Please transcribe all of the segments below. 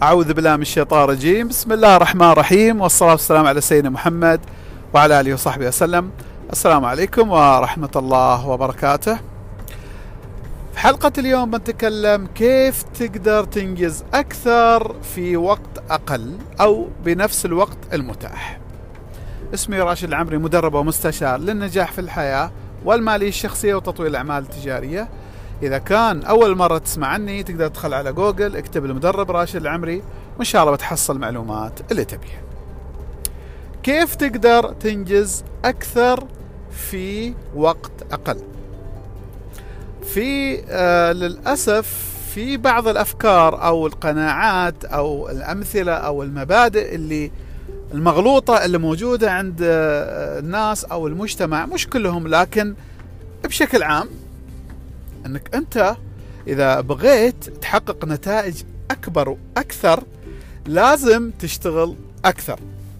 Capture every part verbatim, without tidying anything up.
أعوذ بالله من الشيطان الرجيم. بسم الله الرحمن الرحيم، والصلاة والسلام على سيدنا محمد وعلى آله وصحبه وسلم. السلام عليكم ورحمة الله وبركاته. في حلقة اليوم بنتكلم كيف تقدر تنجز أكثر في وقت أقل أو بنفس الوقت المتاح. اسمي راشد العمري، مدرب ومستشار للنجاح في الحياة والمالية الشخصية وتطوير الأعمال التجارية. إذا كان أول مرة تسمع عني تقدر تدخل على جوجل، اكتب المدرب راشد العمري، وإن شاء الله بتحصل المعلومات اللي تبيها. كيف تقدر تنجز أكثر في وقت أقل؟ في آه للأسف في بعض الأفكار أو القناعات أو الأمثلة أو المبادئ اللي المغلوطة اللي موجودة عند آه الناس أو المجتمع، مش كلهم لكن بشكل عام، انك انت اذا بغيت تحقق نتائج اكبر واكثر لازم تشتغل اكثر،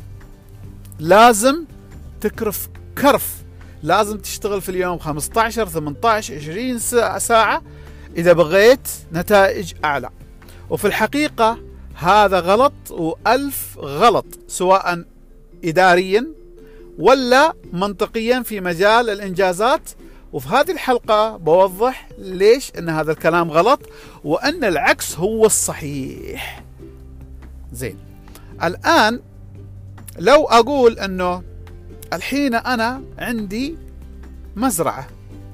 لازم تكرف كرف، لازم تشتغل في اليوم خمسة عشر ثمانية عشر عشرين ساعة اذا بغيت نتائج اعلى. وفي الحقيقة هذا غلط والف غلط، سواء اداريا ولا منطقيا في مجال الانجازات. وفي هذه الحلقة بوضح ليش ان هذا الكلام غلط وان العكس هو الصحيح. زين، الان لو اقول انه الحين انا عندي مزرعة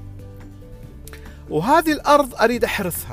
وهذه الارض اريد احرثها،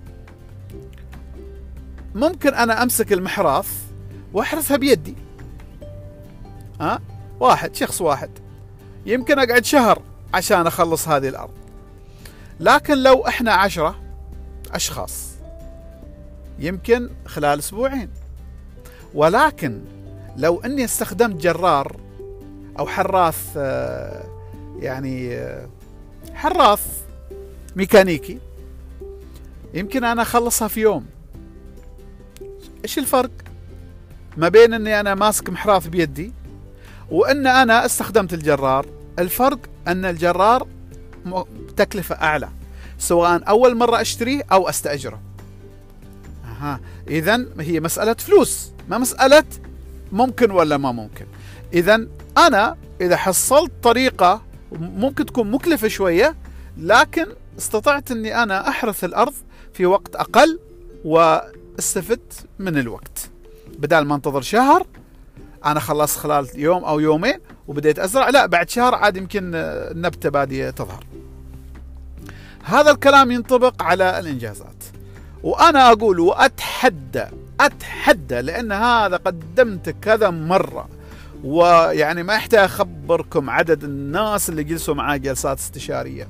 ممكن انا امسك المحراث واحرثها بيدي. ها، واحد شخص واحد يمكن اقعد شهر عشان أخلص هذه الأرض، لكن لو إحنا عشرة أشخاص يمكن خلال أسبوعين. ولكن لو أني استخدمت جرار أو حراث، يعني حراث ميكانيكي، يمكن أنا أخلصها في يوم. إيش الفرق ما بين أني أنا ماسك محراث بيدي وأن أنا استخدمت الجرار؟ الفرق أن الجرار تكلفة أعلى، سواء أول مرة أشتريه أو أستأجره. أها، إذن هي مسألة فلوس، ما مسألة ممكن ولا ما ممكن. إذن أنا إذا حصلت طريقة ممكن تكون مكلفة شوية، لكن استطعت أني أنا أحرث الأرض في وقت أقل واستفدت من الوقت، بدل ما انتظر شهر أنا خلص خلال يوم أو يومين وبديت أزرع، لا بعد شهر عاد يمكن النبتة بادية تظهر. هذا الكلام ينطبق على الإنجازات، وأنا أقول وأتحدى أتحدى لأن هذا قدمت كذا مرة، ويعني ما يحتاج أخبركم عدد الناس اللي جلسوا معاه جلسات استشارية.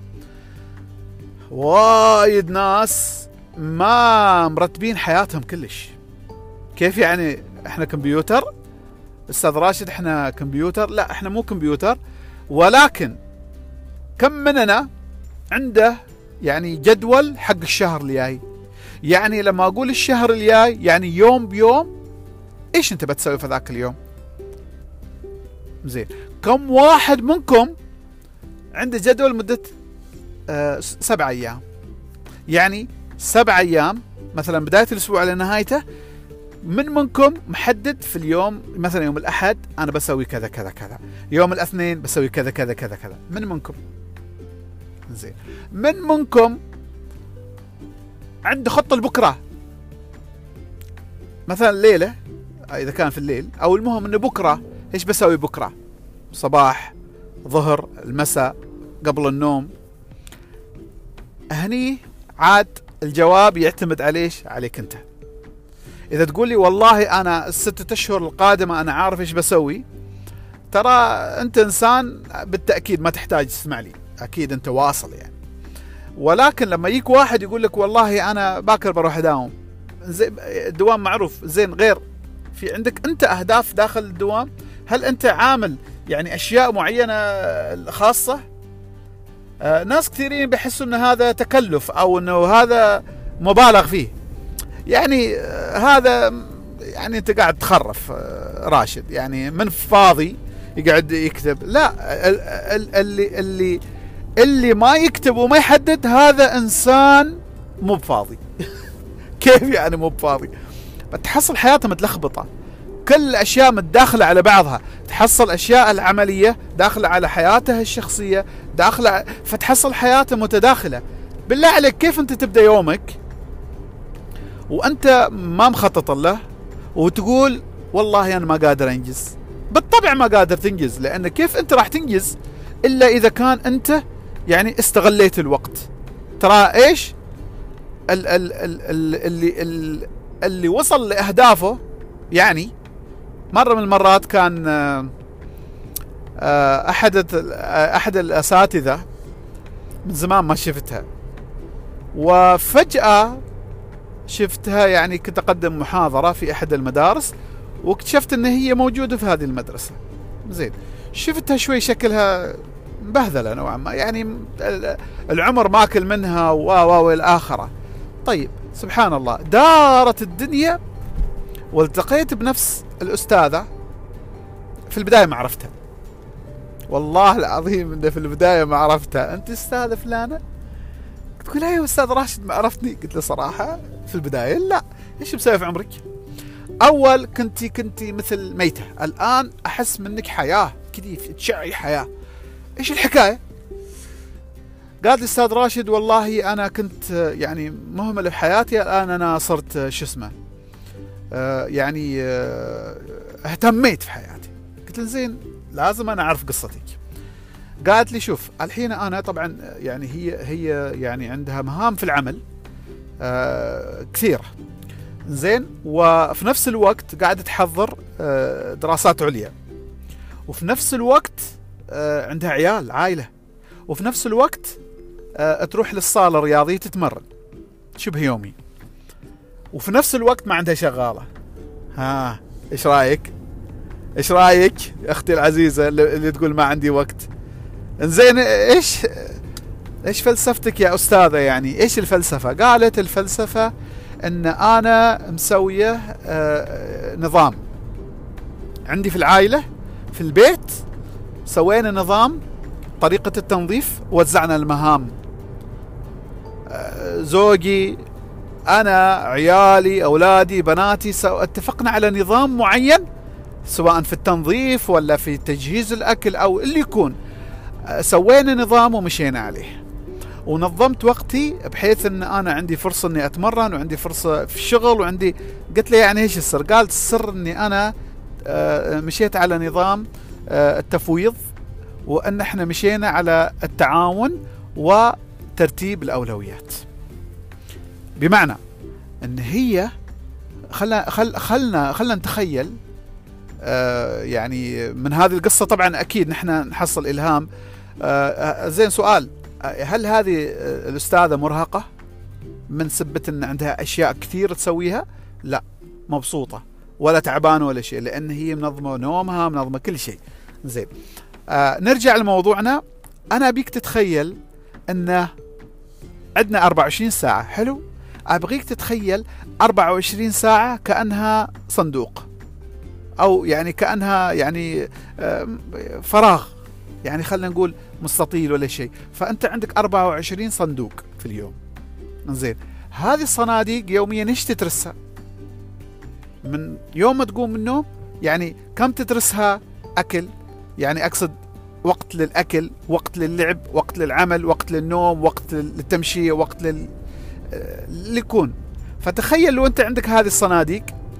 وايد ناس ما مرتبين حياتهم كلش. كيف يعني إحنا كمبيوتر؟ أستاذ راشد احنا كمبيوتر؟ لا، احنا مو كمبيوتر، ولكن كم مننا عنده يعني جدول حق الشهر الجاي؟ يعني لما اقول الشهر الجاي يعني يوم بيوم ايش انت بتسوي في ذاك اليوم؟ زين، كم واحد منكم عنده جدول مدة آه سبع ايام؟ يعني سبع ايام مثلا بداية الاسبوع لنهايته، من منكم محدد في اليوم مثلا يوم الأحد أنا بسوي كذا كذا كذا، يوم الاثنين بسوي كذا كذا كذا كذا؟ من منكم؟ زين، من منكم عنده خطة لبكرة؟ مثلا الليلة إذا كان في الليل، أو المهم إنه بكرة إيش بسوي؟ بكرة صباح ظهر المساء قبل النوم. هني عاد الجواب يعتمد عليش؟ عليك أنت. إذا تقول لي والله أنا الستة أشهر القادمة أنا عارف إيش بسوي، ترى أنت إنسان بالتأكيد ما تحتاج تسمع لي، أكيد أنت واصل يعني. ولكن لما يجيك واحد يقول لك والله أنا باكر بروح أداوم، زين الدوام معروف، زين غير في عندك أنت أهداف داخل الدوام؟ هل أنت عامل يعني أشياء معينة خاصة؟ آه ناس كثيرين بيحسوا أن هذا تكلف أو أنه هذا مبالغ فيه. يعني هذا يعني انت قاعد تخرف راشد، يعني من فاضي يقعد يكتب؟ لا، اللي اللي اللي ما يكتب وما يحدد هذا انسان مو بفاضي. كيف يعني مو بفاضي؟ فتحصل حياته متلخبطة، كل الأشياء متداخلة على بعضها، تحصل أشياء العملية داخلة على حياته الشخصية، داخلة، فتحصل حياته متداخلة. بالله عليك كيف أنت تبدأ يومك وأنت ما مخطط له وتقول والله أنا ما قادر أنجز؟ بالطبع ما قادر تنجز، لأن كيف أنت راح تنجز إلا إذا كان أنت يعني استغليت الوقت. ترى إيش ال ال ال ال اللي ال اللي وصل لأهدافه، يعني مرة من المرات كان أحد أحد الأساتذة من زمان ما شفتها، وفجأة شفتها، يعني كنت أقدم محاضرة في أحد المدارس واكتشفت أن هي موجودة في هذه المدرسة. زين، شفتها شوي شكلها مبهذلة نوعا ما، يعني العمر ماكل منها و و والآخرة. طيب سبحان الله، دارت الدنيا والتقيت بنفس الأستاذة. في البداية ما عرفتها، والله العظيم إن في البداية ما عرفتها. أنت أستاذة فلانة؟ تقول أيوة أستاذ راشد، ما عرفتني؟ قلت له صراحة في البداية لا. إيش مسوي في عمرك؟ أول كنتي كنتي مثل ميتة، الآن أحس منك حياة كذي، تشعي حياة. إيش الحكاية؟ قال لي أستاذ راشد والله أنا كنت يعني مهمل في حياتي، الآن أنا صرت شو اسمه آه يعني آه اهتميت في حياتي. قلت له زين، لازم أنا أعرف قصتك. قالت لي شوف الحين أنا طبعا يعني هي هي يعني عندها مهام في العمل آه كثيرة، زين، وفي نفس الوقت قاعدة تحضر آه دراسات عليا، وفي نفس الوقت آه عندها عيال عائلة، وفي نفس الوقت آه تروح للصالة الرياضية تتمرن شبه يومي، وفي نفس الوقت ما عندها شغالة. ها ايش رايك؟ ايش رايك اختي العزيزة اللي تقول ما عندي وقت؟ انزين، ايش ايش فلسفتك يا استاذة؟ يعني ايش الفلسفة؟ قالت الفلسفة ان انا مسوية آه نظام عندي في العائلة، في البيت سوينا نظام طريقة التنظيف، وزعنا المهام، آه زوجي أنا عيالي أولادي بناتي اتفقنا على نظام معين، سواء في التنظيف ولا في تجهيز الأكل أو اللي يكون، سوينا نظام ومشينا عليه، ونظمت وقتي بحيث أن أنا عندي فرصة أني أتمرن وعندي فرصة في الشغل وعندي. قلت له يعني إيش السر؟ قال السر أني أنا مشيت على نظام التفويض، وأن احنا مشينا على التعاون وترتيب الأولويات. بمعنى ان هي خلنا خل خلنا خلنا نتخيل آه يعني من هذه القصة طبعا اكيد نحن نحصل الهام. آه زين، سؤال، هل هذه الاستاذة مرهقة من سبة ان عندها اشياء كثير تسويها؟ لا، مبسوطة ولا تعبانة ولا شيء، لان هي منظمة نومها، منظمة كل شيء. زين، آه نرجع لموضوعنا. انا بيك تتخيل ان عندنا أربعة وعشرين ساعة، حلو؟ أبغيك تتخيل أربعة وعشرين ساعة كأنها صندوق، أو يعني كأنها يعني فراغ، يعني خلينا نقول مستطيل ولا شيء. فأنت عندك أربعة وعشرين صندوق في اليوم. زين، هذه الصناديق يوميا ايش تترسها؟ من يوم ما تقوم من النوم، يعني كم تترسها أكل؟ يعني أقصد وقت للأكل، وقت للعب، وقت للعمل، وقت للنوم، وقت للتمشية، وقت لل اللي يكون. فتخيل لو أنت عندك هذه الصناديق،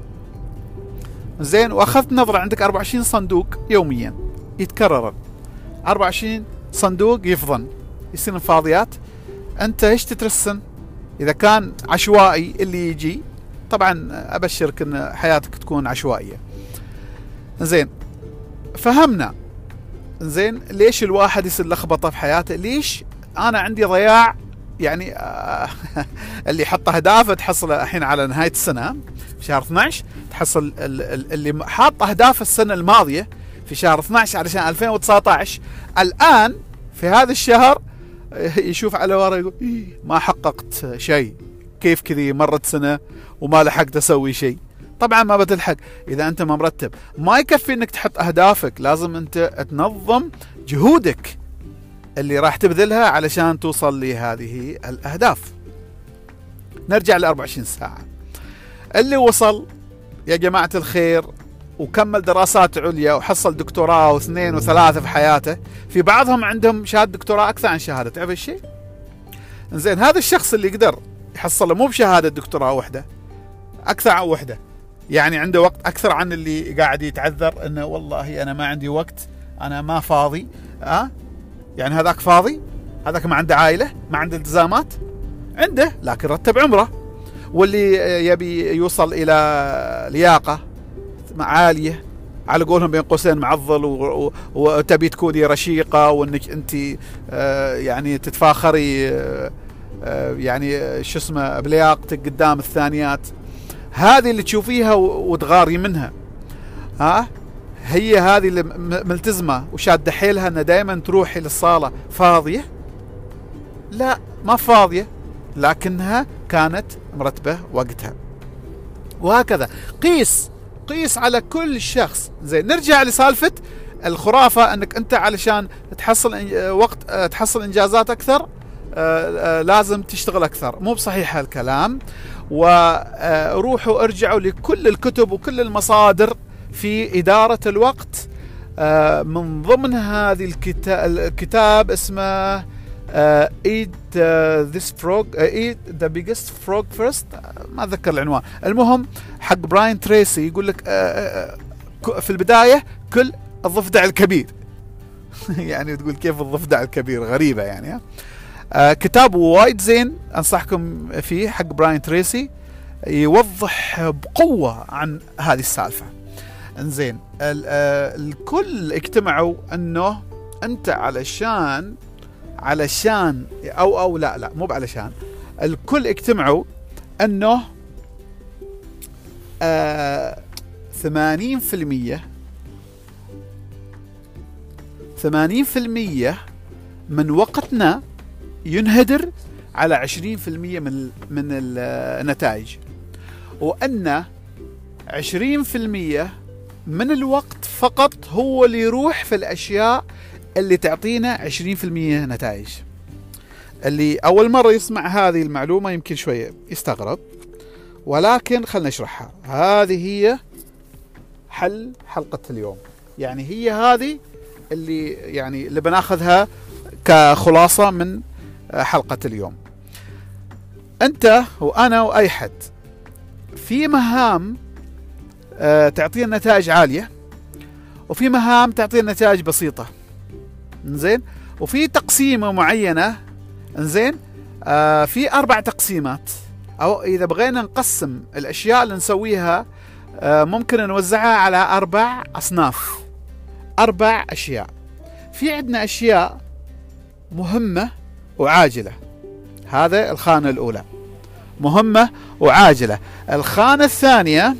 زين، وأخذت نظرة عندك أربعة وعشرين صندوق يوميا يتكررن، أربعة وعشرين صندوق يفضن يصيرن فاضيات. أنت إيش تترسم؟ إذا كان عشوائي اللي يجي، طبعا أبشرك أن حياتك تكون عشوائية. زين، فهمنا. زين، ليش الواحد يصير لخبطة في حياته؟ ليش أنا عندي ضياع؟ يعني آه اللي يحط أهدافه تحصل الحين على نهاية السنة في شهر اثني عشر، تحصل اللي حاط أهداف السنة الماضية في شهر اثني عشر علشان ألفين وتسعة عشر، الآن في هذا الشهر يشوف على ورا يقول إيه ما حققت شيء، كيف كذي مرت سنة وما لحقت أسوي شيء. طبعا ما بتلحق إذا أنت ما مرتب. ما يكفي أنك تحط أهدافك، لازم أنت تنظم جهودك اللي راح تبذلها علشان توصل لهذه الأهداف. نرجع ل أربعة وعشرين ساعة. اللي وصل يا جماعة الخير وكمل دراسات عليا وحصل دكتوراه واثنين وثلاثة في حياته، في بعضهم عندهم شهادة دكتوراه أكثر عن شهادة. تعرف الشيء؟ إنزين هذا الشخص اللي يقدر يحصل مو بشهادة دكتوراه وحدة، أكثر عن وحدة، يعني عنده وقت أكثر عن اللي قاعد يتعذر إنه والله أنا ما عندي وقت، أنا ما فاضي. أه؟ يعني هذاك فاضي، هذاك ما عنده عائلة، ما عنده التزامات، عنده لكن رتب عمره. واللي يبي يوصل إلى لياقة عالية على قولهم بين قوسين معضل، وتبي تكوني رشيقة وانك انت يعني تتفاخري يعني شو اسمه بلياقتك قدام الثانيات، هذه اللي تشوفيها وتغاري منها، ها هي هذه اللي ملتزمة وشادة حيلها ان دائما تروحي للصالة فاضية. لا ما فاضية، لكنها كانت مرتبة وقتها. وهكذا قيس قيس على كل شخص. زين نرجع لسالفة الخرافة انك انت علشان تحصل وقت تحصل انجازات اكثر لازم تشتغل اكثر. مو بصحيح هالكلام. وروحوا ارجعوا لكل الكتب وكل المصادر في إدارة الوقت. من ضمن هذه الكتاب اسمه Uh, eat uh, this frog uh, eat the biggest frog first، ما أتذكر العنوان. المهم حق براين تريسي يقول لك uh, uh, في البداية كل الضفدع الكبير يعني تقول كيف الضفدع الكبير؟ غريبة يعني. uh, كتاب وايد زين أنصحكم فيه حق براين تريسي، يوضح بقوة عن هذه السالفة. انزين الكل اجتمعوا انه انت علشان علشان او او لا لا مو علشان الكل اجتمعوا انه آه ثمانين في المية ثمانين في المية من وقتنا ينهدر على عشرين في المية من من النتائج، وأن عشرين في المية من الوقت فقط هو اللي يروح في الأشياء اللي تعطينا عشرين في المية نتائج. اللي أول مرة يسمع هذه المعلومة يمكن شوية يستغرب، ولكن خلنا نشرحها. هذه هي حل حلقة اليوم، يعني هي هذه اللي يعني اللي بناخذها كخلاصة من حلقة اليوم. أنت وأنا وأي حد في مهام تعطينا نتائج عالية، وفي مهام تعطينا نتائج بسيطة، إنزين، وفي تقسيمة معينة، إنزين، آه في أربع تقسيمات، أو إذا بغينا نقسم الأشياء اللي نسويها آه ممكن نوزعها على أربع أصناف، أربع أشياء. في عندنا أشياء مهمة وعاجلة، هذا الخانة الأولى، مهمة وعاجلة. الخانة الثانية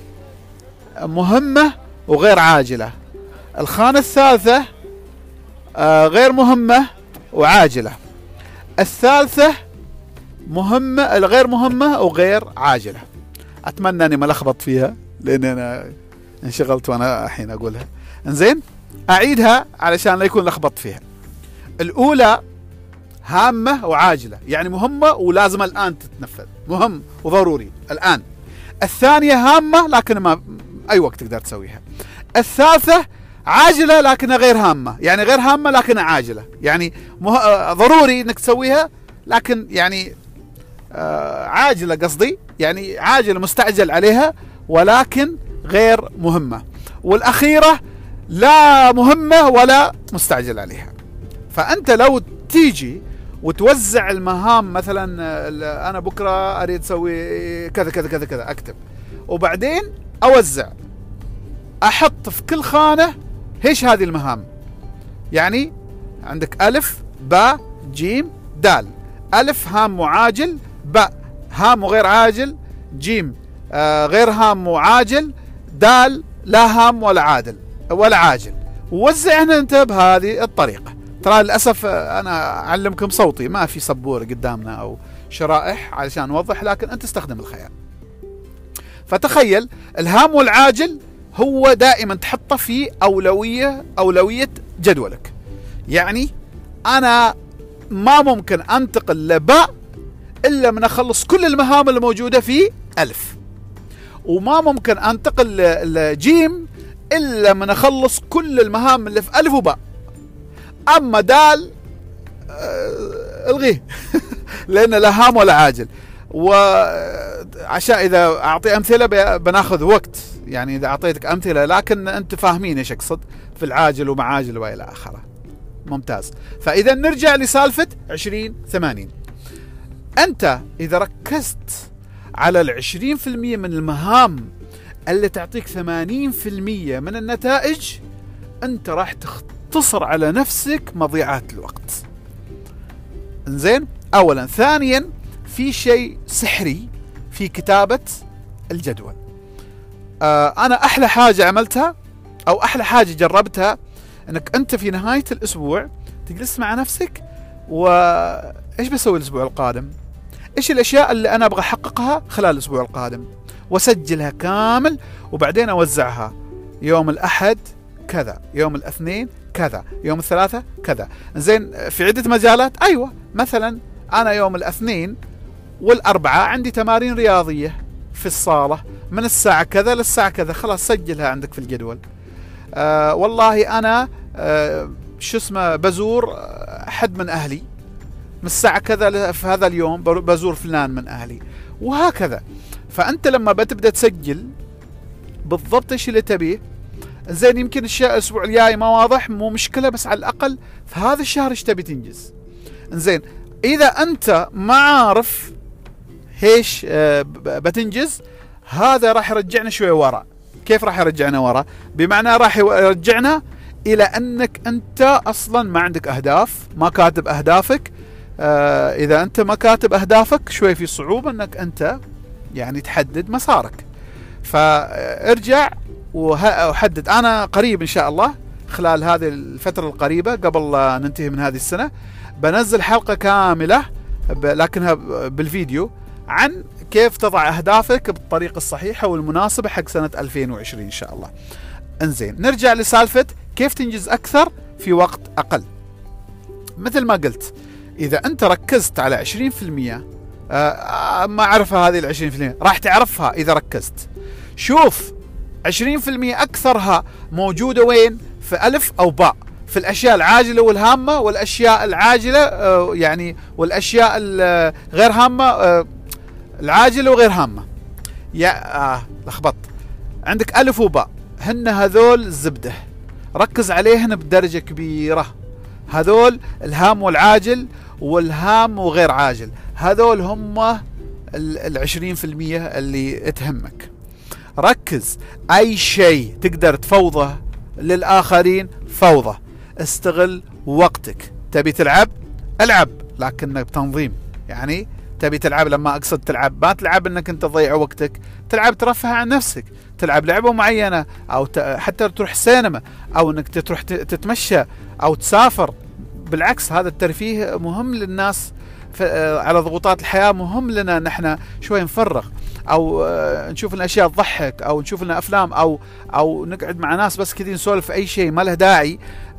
مهمة وغير عاجلة. الخانة الثالثة آه غير مهمة وعاجلة. الثالثة مهمة الغير مهمة وغير عاجلة. أتمنى أني ما لخبط فيها لأن أنا انشغلت وأنا الحين أقولها. إنزين أعيدها علشان لا يكون لخبط فيها. الأولى هامة وعاجلة، يعني مهمة ولازم الآن تتنفذ، مهم وضروري الآن. الثانية هامة لكن ما أي وقت تقدر تسويها. الثالثة عاجلة لكنها غير هامة، يعني غير هامة لكنها عاجلة، يعني مه... ضروري انك تسويها لكن يعني آه عاجلة، قصدي يعني عاجلة مستعجل عليها ولكن غير مهمة. والأخيرة لا مهمة ولا مستعجل عليها. فأنت لو تيجي وتوزع المهام، مثلا أنا بكرة أريد أسوي كذا كذا كذا كذا، أكتب وبعدين أوزع، أحط في كل خانة إيش هذه المهام. يعني عندك ألف باء جيم دال. ألف هام وعاجل، باء هام وغير عاجل، جيم آه غير هام وعاجل، دال لا هام ولا عادل ولا عاجل. ووزعنا أنت بهذه الطريقة. ترى للأسف أنا أعلمكم صوتي، ما في سبورة قدامنا أو شرائح علشان نوضح، لكن أنت استخدم الخيال. فتخيل الهام والعاجل هو دائما تحطه في أولوية أولوية جدولك. يعني أنا ما ممكن أنتقل لباء إلا من أخلص كل المهام الموجودة في ألف، وما ممكن انتقل لجيم الا من اخلص كل المهام اللي في الف وباء. اما دال آه الغيه لان لا هام ولا عاجل. وعشان اذا اعطي امثله بناخذ وقت، يعني اذا اعطيتك امثله، لكن انت فاهمين ايش اقصد في العاجل ومعاجل والى اخره. ممتاز. فاذا نرجع لسالفه عشرين ثمانين. انت اذا ركزت على العشرين في المية من المهام اللي تعطيك ثمانين في المية من النتائج، انت راح تختصر على نفسك مضيعات الوقت. انزين. اولا. ثانيا، في شيء سحري في كتابة الجدول. آه انا احلى حاجة عملتها او احلى حاجة جربتها، انك انت في نهاية الاسبوع تجلس مع نفسك، وايش بسوي الاسبوع القادم؟ ايش الاشياء اللي انا ابغى احققها خلال الاسبوع القادم؟ واسجلها كامل، وبعدين اوزعها. يوم الاحد كذا، يوم الاثنين كذا، يوم الثلاثاء كذا. زين. في عدة مجالات. ايوه. مثلا انا يوم الاثنين والاربعاء عندي تمارين رياضية في الصالة من الساعة كذا للساعة كذا. خلاص سجلها عندك في الجدول. آه والله انا آه شو اسمه بزور حد من اهلي من الساعة كذا في هذا اليوم، بزور فلان من اهلي، وهكذا. فانت لما بتبدأ تسجل بالضبط ايش اللي تبيه. زين. يمكن الاسبوع الجاي ما واضح، مو مشكلة، بس على الاقل في هذا الشهر ايش تبي تنجز. زين. اذا انت ما عارف ايش بتنجز، هذا راح يرجعنا شوي ورا. كيف راح يرجعنا ورا؟ بمعنى راح يرجعنا الى انك انت اصلا ما عندك اهداف، ما كاتب اهدافك. آه اذا انت ما كاتب اهدافك، شوي في صعوبة انك انت يعني تحدد مسارك. فارجع وحدد. انا قريب ان شاء الله خلال هذه الفترة القريبة قبل ننتهي من هذه السنة بنزل حلقة كاملة لكنها بالفيديو عن كيف تضع أهدافك بالطريقة الصحيحة والمناسبة حق سنة ألفين وعشرين إن شاء الله. انزين. نرجع لسالفة كيف تنجز أكثر في وقت أقل. مثل ما قلت، إذا أنت ركزت على عشرين في المية، آه ما أعرفها هذه العشرين في المية، راح تعرفها إذا ركزت. شوف عشرين في المية أكثرها موجودة وين؟ في ألف أو باء، في الأشياء العاجلة والهامة، والأشياء العاجلة آه يعني والأشياء الغير هامة، آه العاجلة وغير هامة. يا آه لخبط. عندك ألف وباء، هن هذول الزبدة، ركز عليهن بدرجة كبيرة. هذول الهام والعاجل والهام وغير عاجل، هذول هم العشرين في المية اللي تهمك. ركز. أي شيء تقدر تفوضه للآخرين فوضه. استغل وقتك. تبي تلعب العب، لكن بتنظيم. يعني تبي تلعب، لما أقصد تلعب ما تلعب أنك أنت تضيع وقتك، تلعب ترفه عن نفسك، تلعب لعبة معينة، أو حتى تروح سينما، أو أنك تروح تتمشى أو تسافر. بالعكس، هذا الترفيه مهم للناس على ضغوطات الحياة. مهم لنا نحن شوي نفرغ، أو نشوف لنا أشياء تضحك، أو نشوف لنا أفلام، أو أو نقعد مع ناس بس كذي نسولف في أي شيء ما له داعي.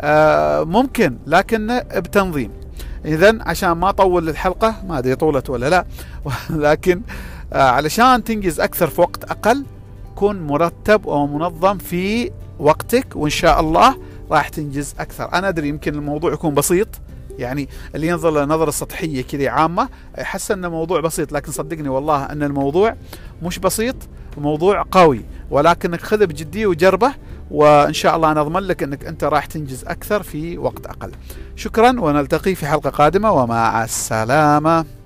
ممكن، لكن بتنظيم. إذن عشان ما أطول الحلقة، ما أدري طولت ولا لا، لكن علشان تنجز أكثر في وقت أقل، كن مرتب ومنظم في وقتك، وإن شاء الله راح تنجز أكثر. أنا أدري يمكن الموضوع يكون بسيط، يعني اللي ينظر لنظرة سطحية كذا عامة يحس أنه موضوع بسيط، لكن صدقني والله أن الموضوع مش بسيط، موضوع قوي، ولكنك خذه بجدية وجربه، وإن شاء الله أنا أضمن لك أنك أنت راح تنجز أكثر في وقت أقل. شكرا، ونلتقي في حلقة قادمة، ومع السلامة.